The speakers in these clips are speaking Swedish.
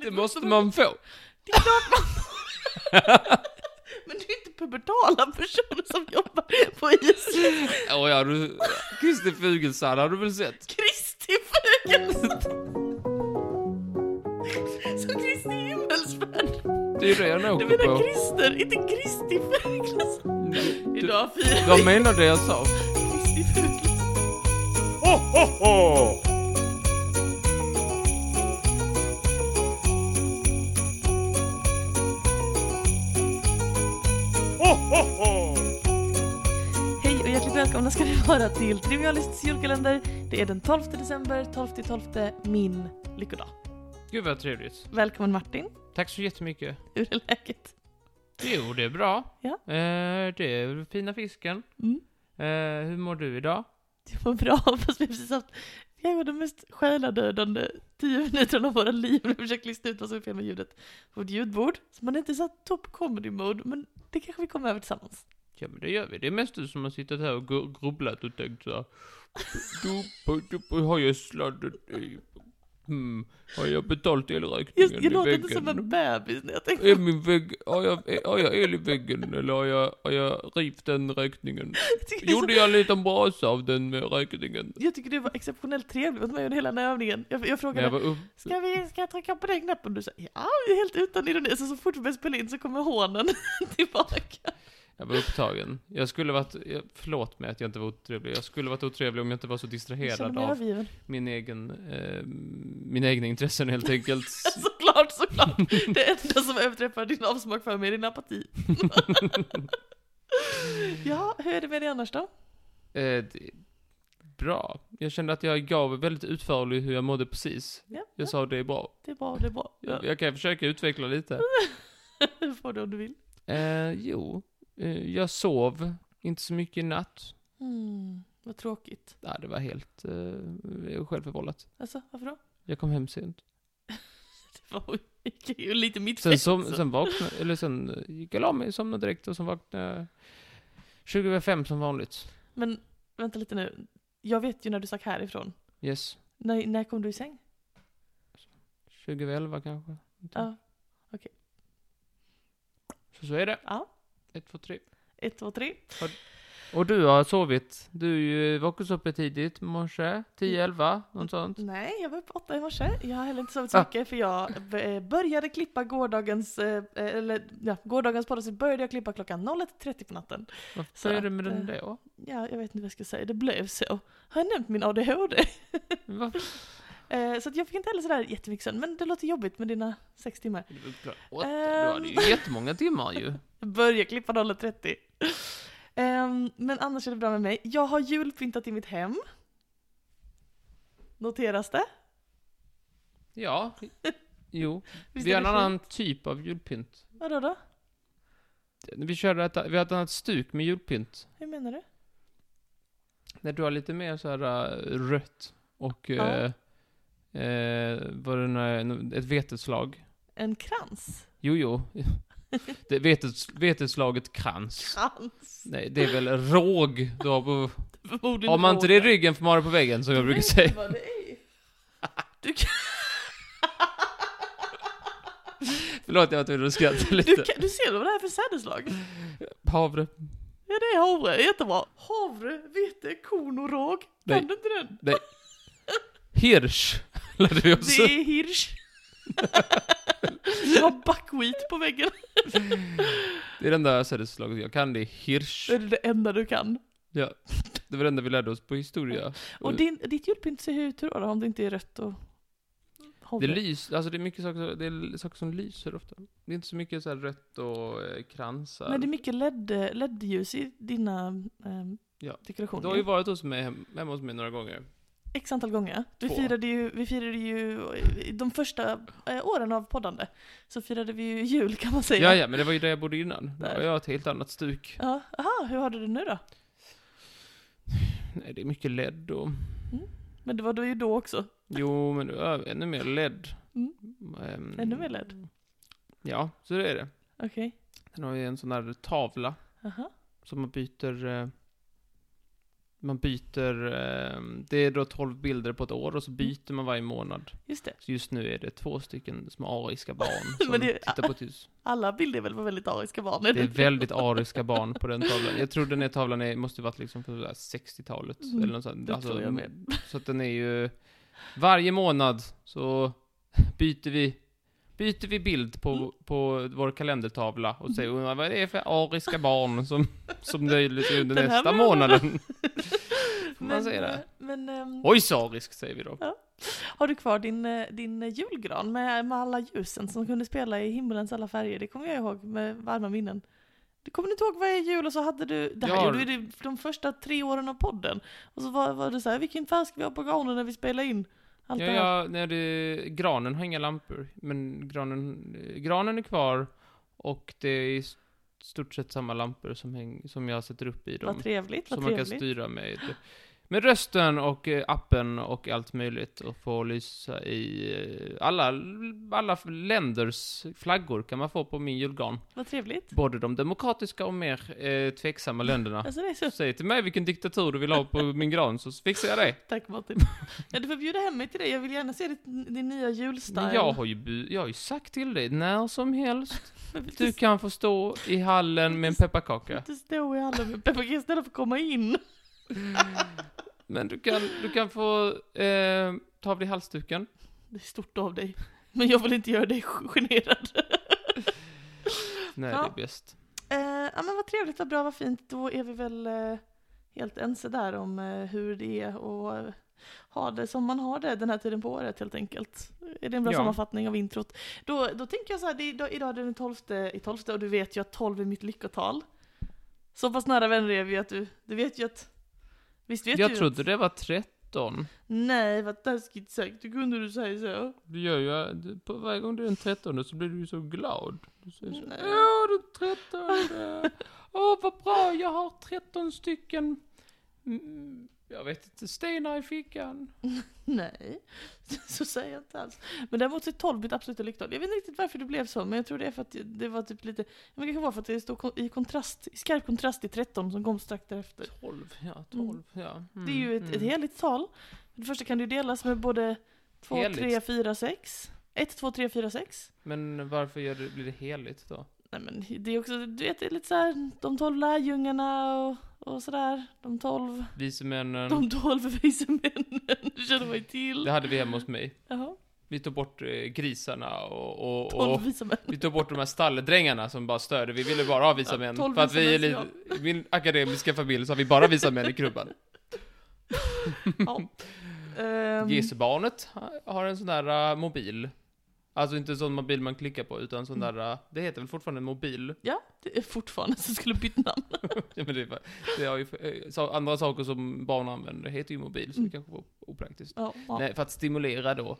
Det måste man få. Det är klart man Men det är inte pubertala personer som jobbar på is. Ja, Kristi Fuglesang har du väl sett? Kristi Fuglesang. Som Kristi Himmelsfärd. Det är det jag nog Du menar på. Krister, inte Kristi Fuglesang. Idag firar Vad menar det jag sa? Kristi Fuglesang. Ho, ho, ho! Ho, ho, ho! Hej och hjärtligt välkomna ska ni vara till Trivialists julkalender. Det är den 12 december, 12 min lyckodag. Gud vad trevligt. Välkommen Martin. Tack så jättemycket. Hur är läget? Jo, det är bra. Ja. Det är fina fisken. Mm. Hur mår du idag? Det var bra, fast vi har precis haft de mest själadödande 10 minuterna av våra liv när vi försöker lista ut vad som är fel med ljudet på ett ljudbord. Så man är inte så top comedy mode, men det kanske vi kommer över tillsammans. Ja, men det gör vi. Det är mest du som har suttit här och grubblat och tänkt så här. Har jag sladdat i? Har jag betalt elräkningen Jag i låter väggen? inte som en bebis när jag tänker. Är min vägg, har jag el i väggen eller har jag rivit den räkningen? Gjorde jag en liten brasa av den med räkningen? Jag tycker det var exceptionellt trevligt mot mig under hela den här övningen. Jag frågade, ska jag trycka på den knappen? Du sa, ja, helt utan ironi. Så fort vi börjar spela in så kommer hånen tillbaka. Jag var upptagen. Jag skulle varit, förlåt mig att jag inte var otrevlig. Jag skulle varit otrevlig om jag inte var så distraherad av mina egna intressen helt enkelt. Såklart. Det enda som överträffar din avsmak för mig är din apati. Ja, hur är det med dig annars då? Bra. Jag kände att jag gav väldigt utförlig hur jag mådde precis. Jag sa det är bra. Det är bra. Ja. Jag kan försöka utveckla lite. Hur får du om du vill? Jag sov inte så mycket i natt. Vad tråkigt. Ja, det var helt självförvållat. Alltså, varför då? Jag kom hem sent. Det var ju lite mitt Sen gick jag la mig, somnade direkt och sen vaknade jag 20:05 som vanligt. Men vänta lite nu. Jag vet ju när du stack härifrån. Yes. När kom du i säng? 20:11 kanske. Ja, okej. Så är det. Ja. 1, 2, 3. 1, 2, 3. Och du har sovit. Du var också uppe tidigt i morse. 10-11, något sånt. Nej, jag var uppe 8 i morse. Jag har heller inte sovit så mycket för jag började klippa gårdagens podd, så började jag klippa klockan 01:30 på natten. Varför är det med den då? Ja, jag vet inte vad jag ska säga. Det blev så. Har jag nämnt min ADHD? Så att jag fick inte heller sådär jättemycket sömn. Men det låter jobbigt med dina 6 timmar. Du hade ju jättemånga timmar ju. Jag började klippa 01:30. Men annars är det bra med mig. Jag har julpyntat i mitt hem. Noteras det? Ja. Jo. Visst Vi har är en det annan typ av julpynt. Vadå då? Vi har ett annat stuk med julpynt. Hur menar du? När du har lite mer så här rött och ett veteslag. En krans? Jo. Det veteslaget krans. Krans? Nej, det är väl råg. Har man inte det i ryggen för man har det på väggen, som jag brukar säga. Vad det är. Förlåt, jag var tvungen att skratta lite. Du ser vad det här är för sädeslag? Havre. Ja, det är havre. Jättebra. Havre, vete, korn och råg. Kan du inte den? Nej. Hirsch. Lärde vi oss. Det är hirsch. Jag har buckwheat på väggen. Det är den där sädeslaget jag kan, det är hirsch. Det är det enda du kan. Ja, det var det enda vi lärde oss på historia. Och ditt julpynt ser ut hur då, om det inte är rött och havre? Det är mycket saker, det är saker som lyser ofta. Det är inte så mycket så här rött och kransar. Men det är mycket LED-ljus i dina dekorationer. Du har ju varit hemma hos mig några gånger. X antal gånger. Vi firade ju de första åren av poddande. Så firade vi ju jul, kan man säga. Ja, men det var ju där jag bodde innan. Då var jag ett helt annat stuk. Ja, aha, hur har du det nu då? Nej, det är mycket LED och... Men det var då ju då också. Jo, men ännu mer LED. Ännu mer LED? Ja, så det är det. man byter, det är då 12 bilder på ett år och så byter man varje månad. Just det. Så just nu är det 2 stycken små ariska barn som Men det- tittar på ett hus. Alla bilder är väl väldigt ariska barn? Det är väldigt ariska barn på den tavlan. Jag tror den här tavlan måste varit liksom från 60-talet eller något sånt. det tror jag med. Så att den är ju varje månad så byter vi bild på vår kalendertavla och säger undrar vad det är för ariska barn som nöjligt under Den här nästa månaden. månaden. Får man säga det? Men Oj, så arisk säger vi då. har du kvar din julgran med alla ljusen som kunde spela i himmelens alla färger? Det kommer jag ihåg med varma minnen. Du kommer inte ihåg varje jul och så hade du, det här Ja. gjorde vi de första 3 åren av podden. Och så var det så här, vilken färg ska vi ha på granen när vi spelar in? Allt det här. Granen har inga lampor, men granen är kvar och det är i stort sett samma lampor som jag sätter upp i dem. Vad trevligt, vad Som man kan trevligt. styra med rösten och appen och allt möjligt och få lysa i alla länders flaggor kan man få på min julgran. Vad trevligt. Både de demokratiska och mer tveksamma länderna. Alltså det är så. Säg till mig vilken diktatur du vill ha på min gran så fixar jag det. Tack Martin. Ja, du får bjuda hem mig till dig. Jag vill gärna se din nya julstyle. Men jag har ju sagt till dig när som helst. Men vill Du kan få stå i hallen med en pepparkaka. inte stå i hallen med pepparkakor istället för att komma in. Men du kan få ta av dig halsduken. Det är stort av dig. Men jag vill inte göra dig generad. Nej, Ja. det är bäst. Ja men vad trevligt, vad bra, vad fint. Då är vi väl helt ense där om hur det är och ha det som man har det den här tiden på året helt enkelt. Är det en bra Ja. sammanfattning av introt? Då tänker jag så här, idag är det den 12 och du vet ju att 12 är mitt lyckotal. Så pass nära vänner är vi att du vet ju att... Visst vet du Jag trodde att, det var 13. Nej, vad taskigt sagt. Hur kunde du säga så? Du gör ju, på varje gång det är den 13 så blir du ju så glad. Du säger så, Nej. ja den 13. Åh vad bra, jag har 13 stycken. Jag vet inte, stenar i fickan. Nej, så säger jag inte alls. Men däremot är 12 mitt absoluta lycktal. Jag vet inte riktigt varför det blev så, men jag tror det är för att det var typ lite... Men det kan vara för att det står i skarp kontrast till 13 som kom strax därefter. 12, ja, 12, ja. Det är ju ett heligt tal. Det första kan du delas med både 2, Heligt. 3, 4, 6. 1, 2, 3, 4, 6. Men varför blir det heligt då? Nej men det är också, du vet, det är lite så här, de 12 lärjungarna och sådär. De 12 Visemännen. vise männen. Det känner man ju till. Det hade vi hemma hos mig. Jaha. Vi tog bort grisarna och 12 vise män. vi tog bort de här stalledrängarna som bara störde. Vi ville bara ha visa män. 12 För att vi är visa män, lite, i min akademiska familj så har vi bara visa män i krubban. Ja. Jesubarnet har en sån där mobil. Alltså inte en sån mobil man klickar på utan sån där, det heter väl fortfarande en mobil. Ja, det är fortfarande så skulle byta namn. Ja, men det har ju andra saker som barn använder heter ju mobil så det kanske var opraktiskt. Ja, ja. Nej, för att stimulera då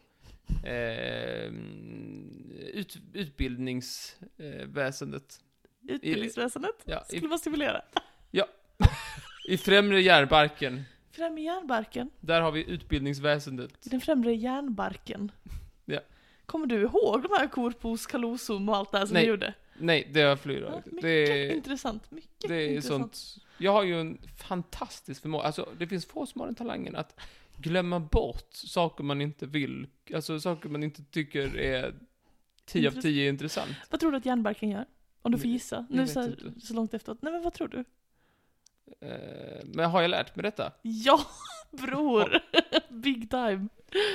utbildningsväsendet. Utbildningsväsendet Ja, skulle man stimulera. I främre järnbarken, Främre järnbarken. där har vi utbildningsväsendet. I den främre järnbarken. Ja. Kommer du ihåg de här corpus callosum och allt det här som Nej. vi gjorde? Nej, det har flyr. Ja, mycket det intressant. Mycket är intressant. sånt. Jag har ju en fantastisk förmåga. Alltså, det finns få som har den talangen att glömma bort saker man inte vill. Alltså saker man inte tycker är 10 av 10 intressant. Vad tror du att järnbarken gör? Om du får Nej, gissa. jag Nu vet inte. så långt efteråt. Nej men vad tror du? Men har jag lärt mig detta? Ja, bror! Big time.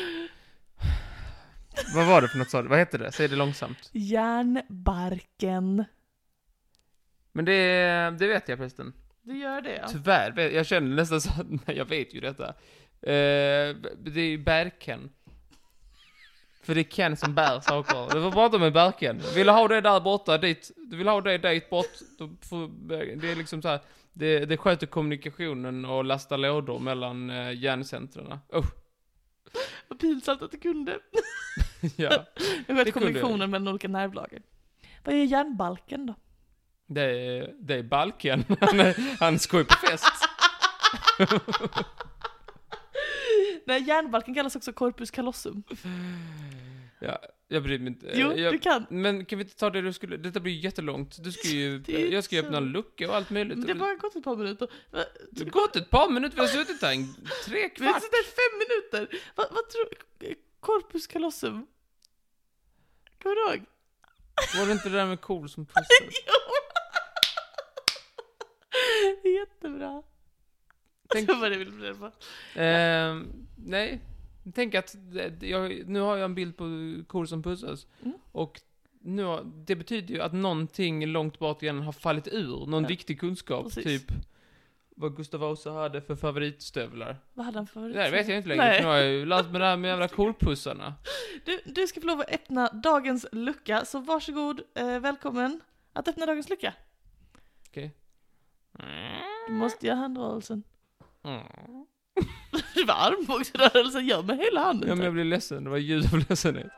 Vad var det för något, sa du? Vad heter det? Säg det långsamt. Järnbarken. Men det vet jag förresten. Du gör det, ja. Tyvärr, jag känner nästan så att, nej, jag vet ju detta. Det är ju bärken. För det är Ken som bär saker. Du får prata med bärken. Vill du ha det där borta, dit? Du vill ha det dit bort? Det är liksom så här. Det sköter kommunikationen och lastar lådor mellan hjärncentrerna. Vad pinsamt att du kunde. Ja. Jag vet Det kunde kommunikationen mellan olika nervlager. Vad är järnbalken då? Det är balken. Han ska ju på fest. Nej, järnbalken kallas också corpus callosum. Ja. Jag bryr mig inte. Jo, du kan. Men kan vi inte ta det du skulle... Detta blir jättelångt. Du ska ju... Jag ska ju öppna en lucka och allt möjligt. Det har bara gått ett par minuter. Det har gått ett par minuter, vi har suttit här 3 kvart. Vi har suttit 5 minuter. Vad tror du? Corpus callosum. Kommer du ihåg? Var det inte det där med kor som pussar? Jo! Jättebra. Tänk... Det var det jag ville pröva. Nej. Tänk att nu har jag en bild på kor som pussas. Och nu, det betyder ju att någonting långt bort igen har fallit ur. Någon viktig kunskap. Precis. Typ vad Gustav Vasa hade för favoritstövlar. Vad hade han för favorit? Nej, det vet jag inte längre. För nu har jag ju lärt mig det här med jävla korpussarna. Du ska få lov att öppna dagens lucka. Så varsågod, välkommen att öppna dagens lucka. Okej. Du måste göra handrörelsen. Det var armbågsrörelsen, gör med hela handen. Ja, men jag blir ledsen. Det var ljud av ledsenhet.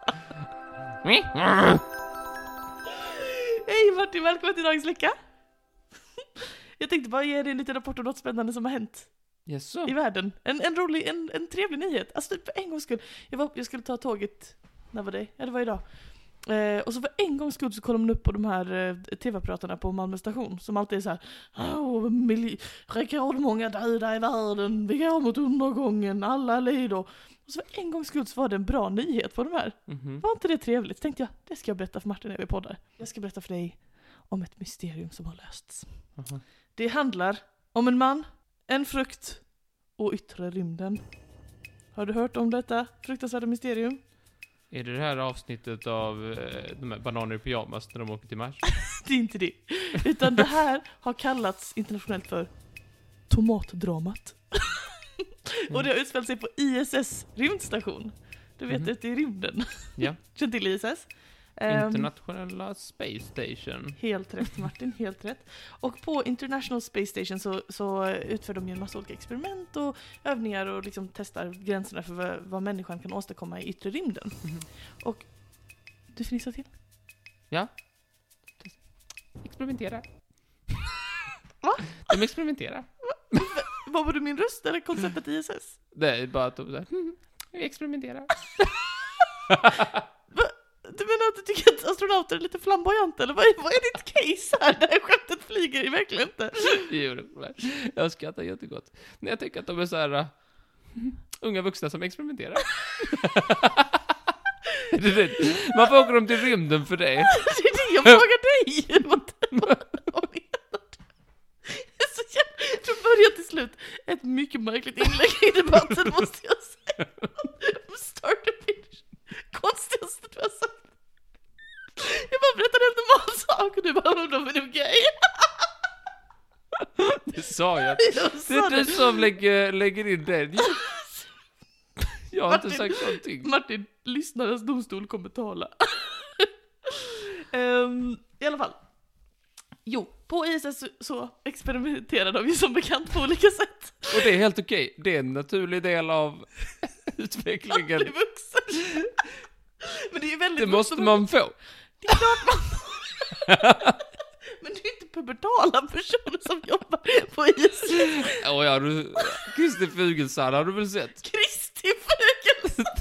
Hej Martin, välkommen till dagens lucka. Jag tänkte bara ge dig en liten rapport om något spännande som har hänt Jaså? i världen. En rolig, en trevlig nyhet. Alltså för en gångs skull. Jag skulle ta tåget. När var det? Ja, det var idag. Och så för en gångs skull så kollar man upp på de här tv-apparaterna på Malmö station. Som alltid är så här: rekordmånga döda i världen. Vi går mot undergången. Alla lider. Och så för en gångs skull så var det en bra nyhet på de här. Var inte det trevligt? Så tänkte jag, det ska jag berätta för Martin när vi poddar. Jag ska berätta för dig om ett mysterium som har lösts. Det handlar om en man, en frukt och yttre rymden. Har du hört om detta fruktansvärda mysterium? Är det här avsnittet av de här bananer i pyjamas när de åker till Mars? Det är inte det. Utan det här har kallats internationellt för tomatdramat. Och det har utspelat sig på ISS rymdstation. Du vet, ute i rymden. Ja. Känn till ISS. Internationella Space Station. Helt rätt Martin, helt rätt. Och på International Space Station så utför de ju en massa olika experiment och övningar och liksom testar gränserna för vad människan kan åstadkomma i yttre rymden. Och du fnissar till? Ja. Experimentera. Va? De experimenterar. Vad var du, min röst eller konceptet ISS? Det är bara att de säger, vi experimenterar. Du menar att du tycker att astronauter är lite flamboyanta? Eller vad är ditt case här? Det här skämtet flyger i verkligen inte. Jo, jag skrattar jättegott. När jag tänker att de är så här unga vuxna som experimenterar. Varför åker de till rymden för det? Det är det jag frågar dig. Vad menar du? Från början till slut ett mycket märkligt inlägg i debatten, måste jag säga. Start to finish. Konstigaste du har sagt. Jag bara berättade en normal sak och du bara undrar om det är okej. Det sa jag. Det är du som lägger in den. Jag har inte sagt någonting. Martin, lyssnarens domstol kommer tala. I alla fall. Jo, på ISS så experimenterar de ju som bekant på olika sätt. Och det är helt okej. Det är en naturlig del av utvecklingen. Att bli vuxen. Men det är väldigt... Det måste man få. Det är klart man får. Men det är inte pubertala personer som jobbar på ISS. Ja, du... Kristi Fugelsand har du väl sett? Kristi Fugelsand.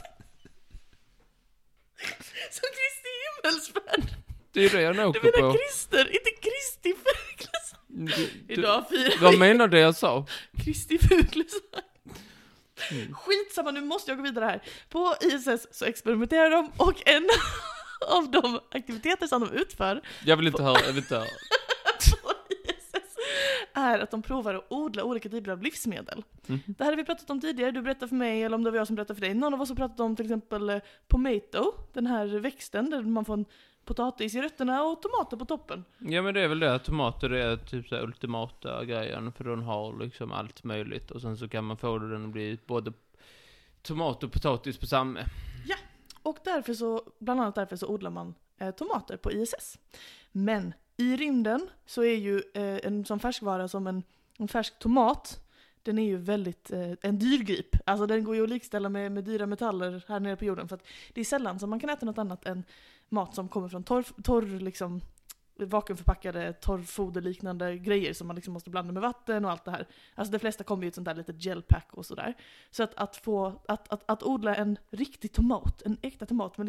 Som Kristi Himmelsfärd. Det är det jag åker på. Du menar Krister, inte Kristi Fugelsand. Idag firar vi. Vad menar det jag sa? Kristi Fugelsand. Skitsamma, nu måste jag gå vidare här. På ISS så experimenterar de och en av de aktiviteter som de utför jag vill inte höra. på ISS är att de provar att odla olika typer av livsmedel. Det här har vi pratat om tidigare, du berättade för mig eller om det var jag som berättade för dig. Någon av oss har pratat om till exempel tomato, den här växten där man får en potatis i rötterna och tomater på toppen. Ja, men det är väl det. Tomater är typ så här ultimata grejen. För de har liksom allt möjligt. Och sen så kan man få den att bli både tomat och potatis på samma. Ja, och därför så, bland annat därför så odlar man tomater på ISS. Men i rymden så är ju en sån färskvara som en färsk tomat, den är ju väldigt en dyrgrip. Alltså den går ju att likställa med dyra metaller här nere på jorden. För att det är sällan som man kan äta något annat än mat som kommer från torr liksom vakuumförpackade torrfoderliknande grejer som man liksom måste blanda med vatten och allt det här. Alltså de flesta kommer ju ett sånt där litet gelpack och sådär. Så att odla en riktig tomat, en äkta tomat med liksom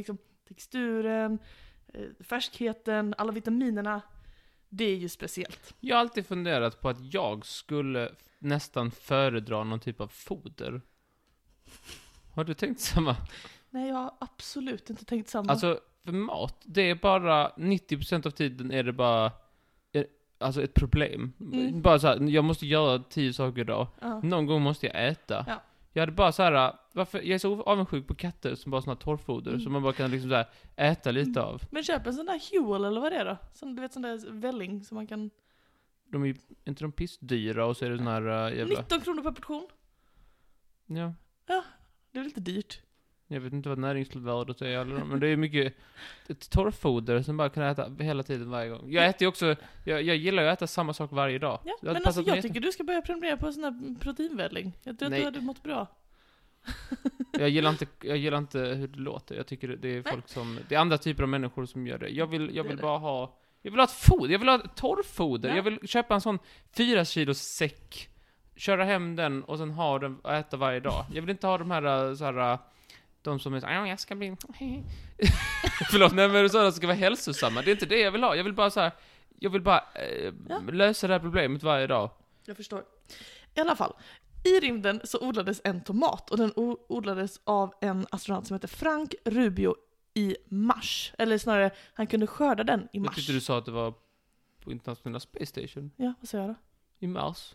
texturen, färskheten, alla vitaminerna. Det är ju speciellt. Jag har alltid funderat på att jag skulle nästan föredra någon typ av foder. Har du tänkt samma? Nej, jag har absolut inte tänkt samma. Alltså, för mat, det är bara 90% av tiden är det bara alltså ett problem. Bara så här, jag måste göra 10 saker idag. Någon gång måste jag äta. Ja. Jag hade bara så här, jag är så avundsjuk på katter som bara såna torrfoder som man bara kan liksom så här äta lite av. Men köp en sån där Huel eller vad det är då? Du vet sån där välling som man kan... De är ju inte de pissdyra och så är det sån här jävla... 19 kronor per portion. Ja. Ja, det är lite dyrt. Jag vet inte vad näringsvärdet är eller men det är mycket ett torrfoder som bara kan äta hela tiden varje gång. Jag äter ju också, jag gillar ju att äta samma sak varje dag. Ja, men alltså jag tycker du ska börja prenumerera på sån här proteinvälling. Jag tror att du hade mått bra. Jag gillar inte hur det låter. Jag tycker det är folk som, det är andra typer av människor som gör det. Jag vill bara ha, jag vill ha ett foder, jag vill ha ett torrfoder. Ja. Jag vill köpa en sån 4 kilos säck, köra hem den och sen ha den och äta varje dag. Jag vill inte ha de här så här de som är så, jag ska bli... Förlåt, nej men så ska vara hälsosamma. Det är inte det jag vill ha. Jag vill bara så här, lösa det här problemet varje dag. Jag förstår. I alla fall, i rymden så odlades en tomat och den odlades av en astronaut som heter Frank Rubio i mars. Eller snarare, han kunde skörda den i mars. Jag tyckte du sa att det var på internationella Space Station. Ja, vad säger jag då? I mars.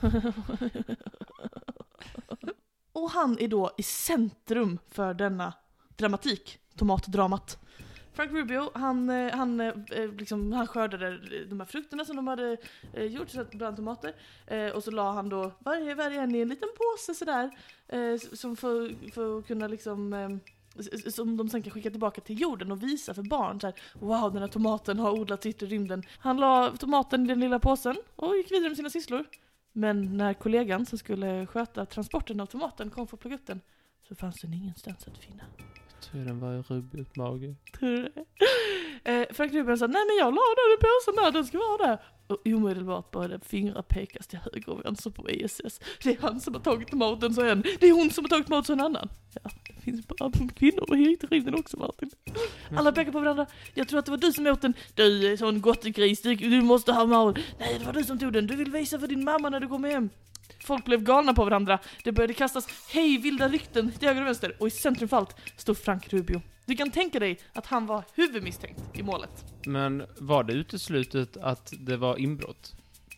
Och han är då i centrum för denna dramatik, tomatdramat. Frank Rubio, han skördade de här frukterna som de hade gjort bland tomater. Och så la han då varje en i en liten påse sådär. Som för att kunna liksom... som de sen kan skicka tillbaka till jorden och visa för barn så här, wow, den här tomaten har odlats i yttre rymden. Han la tomaten i den lilla påsen och gick vidare med sina sysslor. Men när kollegan som skulle sköta transporten av tomaten kom för att plocka upp den så fanns den ingenstans att finna. Jag tror den var i Rubios mage. Tror du det? Frank Rubio sa, nej men jag la den i påsen där, den ska vara där. Och omedelbart började fingrar pekas till höger och vänster på ISS. Det är han som har tagit tomaten, så en. Det är hon som har tagit tomaten, så en annan. Ja, det finns bara kvinnor och hit i rymden också, Martin. Alla pekar på varandra. Jag tror att det var du som åt den. Du är sån gottegris, du måste ha mål. Nej, det var du som tog den. Du vill visa för din mamma när du kommer hem. Folk blev galna på varandra. Det började kastas vilda rykten till höger och vänster. Och i centrum för allt stod Frank Rubio. Du kan tänka dig att han var huvudmisstänkt i målet. Men var det uteslutet att det var inbrott?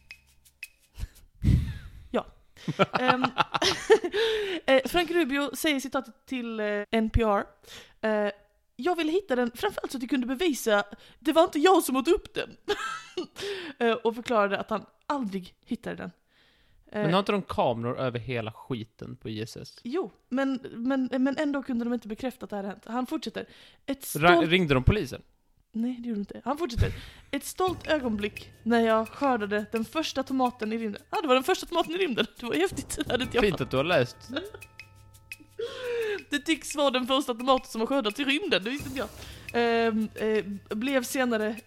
Ja. Frank Rubio säger citatet till NPR. Jag ville hitta den, framförallt så att jag kunde bevisa det var inte jag som åt upp den. Och förklarade att han aldrig hittade den. Men har inte de kameror över hela skiten på ISS? Jo, men ändå kunde de inte bekräfta att det här hänt. Han fortsätter. Ringde de polisen? Nej, det gjorde de inte. Han fortsätter. Ett stolt ögonblick när jag skördade den första tomaten i rymden. Det var den första tomaten i rymden. Det var häftigt. Fint att du har läst. Det tycks vara den första tomaten som har skördats i rymden. Det visste inte jag. Blev senare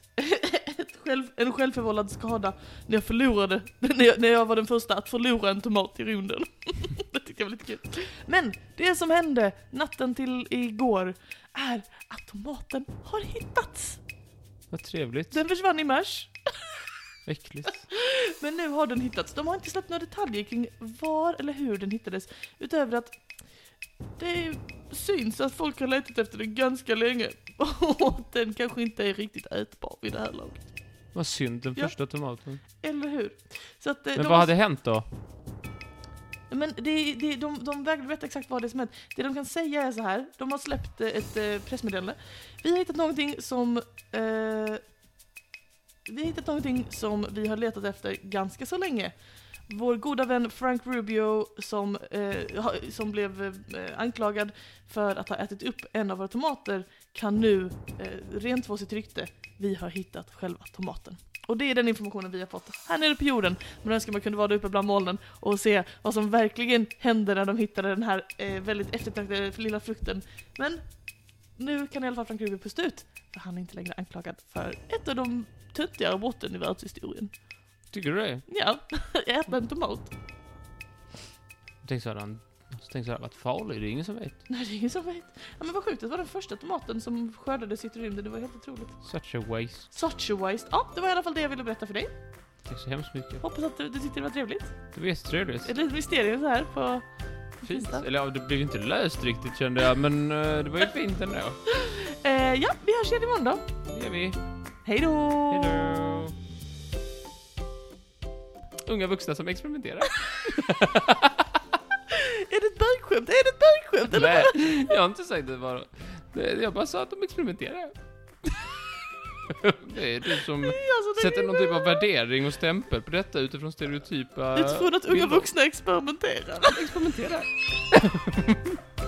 en självförvållad skada när jag var den första att förlora en tomat i rymden. Det tyckte jag var lite kul. Men det som hände natten till igår är att tomaten har hittats. Vad trevligt. Den försvann i mars. Äckligt. Men nu har den hittats. De har inte släppt några detaljer kring var eller hur den hittades. Utöver att det syns att folk har letat efter den ganska länge. Och den kanske inte är riktigt ätbar vid det här laget. Vad synd, den första tomaten. Eller hur? Så att, men vad hade hänt då? Men de vägrar veta exakt vad det är som hänt. Det de kan säga är så här. De har släppt ett pressmeddelande. Vi har hittat någonting som vi har letat efter ganska så länge. Vår goda vän Frank Rubio som blev anklagad för att ha ätit upp en av våra tomater kan nu rent få sitt rykte. Vi har hittat själva tomaten. Och det är den informationen vi har fått här nere på jorden. Men önskar man kunde vara där uppe bland molnen och se vad som verkligen hände när de hittade den här väldigt eftertraktade lilla frukten. Men nu kan i alla fall Frank Rubio pusta ut. För han är inte längre anklagad för ett av de töntigare brotten i världshistorien. Tycker du det? Ja, jag äter en tomat. Jag tänkte så hade han Så tänkte jag, vad farligt, det är ingen som vet. Nej, det är ingen som vet. Ja, men vad sjukt, det var den första tomaten som skördades i rymden. Det var helt otroligt. Such a waste. Such a waste. Ja, det var i alla fall det jag ville berätta för dig. Tack så hemskt mycket. Hoppas att du tyckte det var trevligt. Det var jättetrevligt. Ett litet mysterium så här på Fint. tisdag. Eller ja, det blev inte löst riktigt kände jag, men det var ju fint ändå. Ja, vi hörs igen imorgon då. Det gör vi. Hej då! Hejdå! Unga vuxna som experimenterar. Är det ett bögskämt? Är det ett bögskämt? Eller? Nej, jag har inte sagt det bara. Jag bara sa att de experimenterar. Det är du som sätter någon typ av värdering och stämpel på detta utifrån stereotypa... Utifrån att unga vuxna experimenterar. Experimenterar.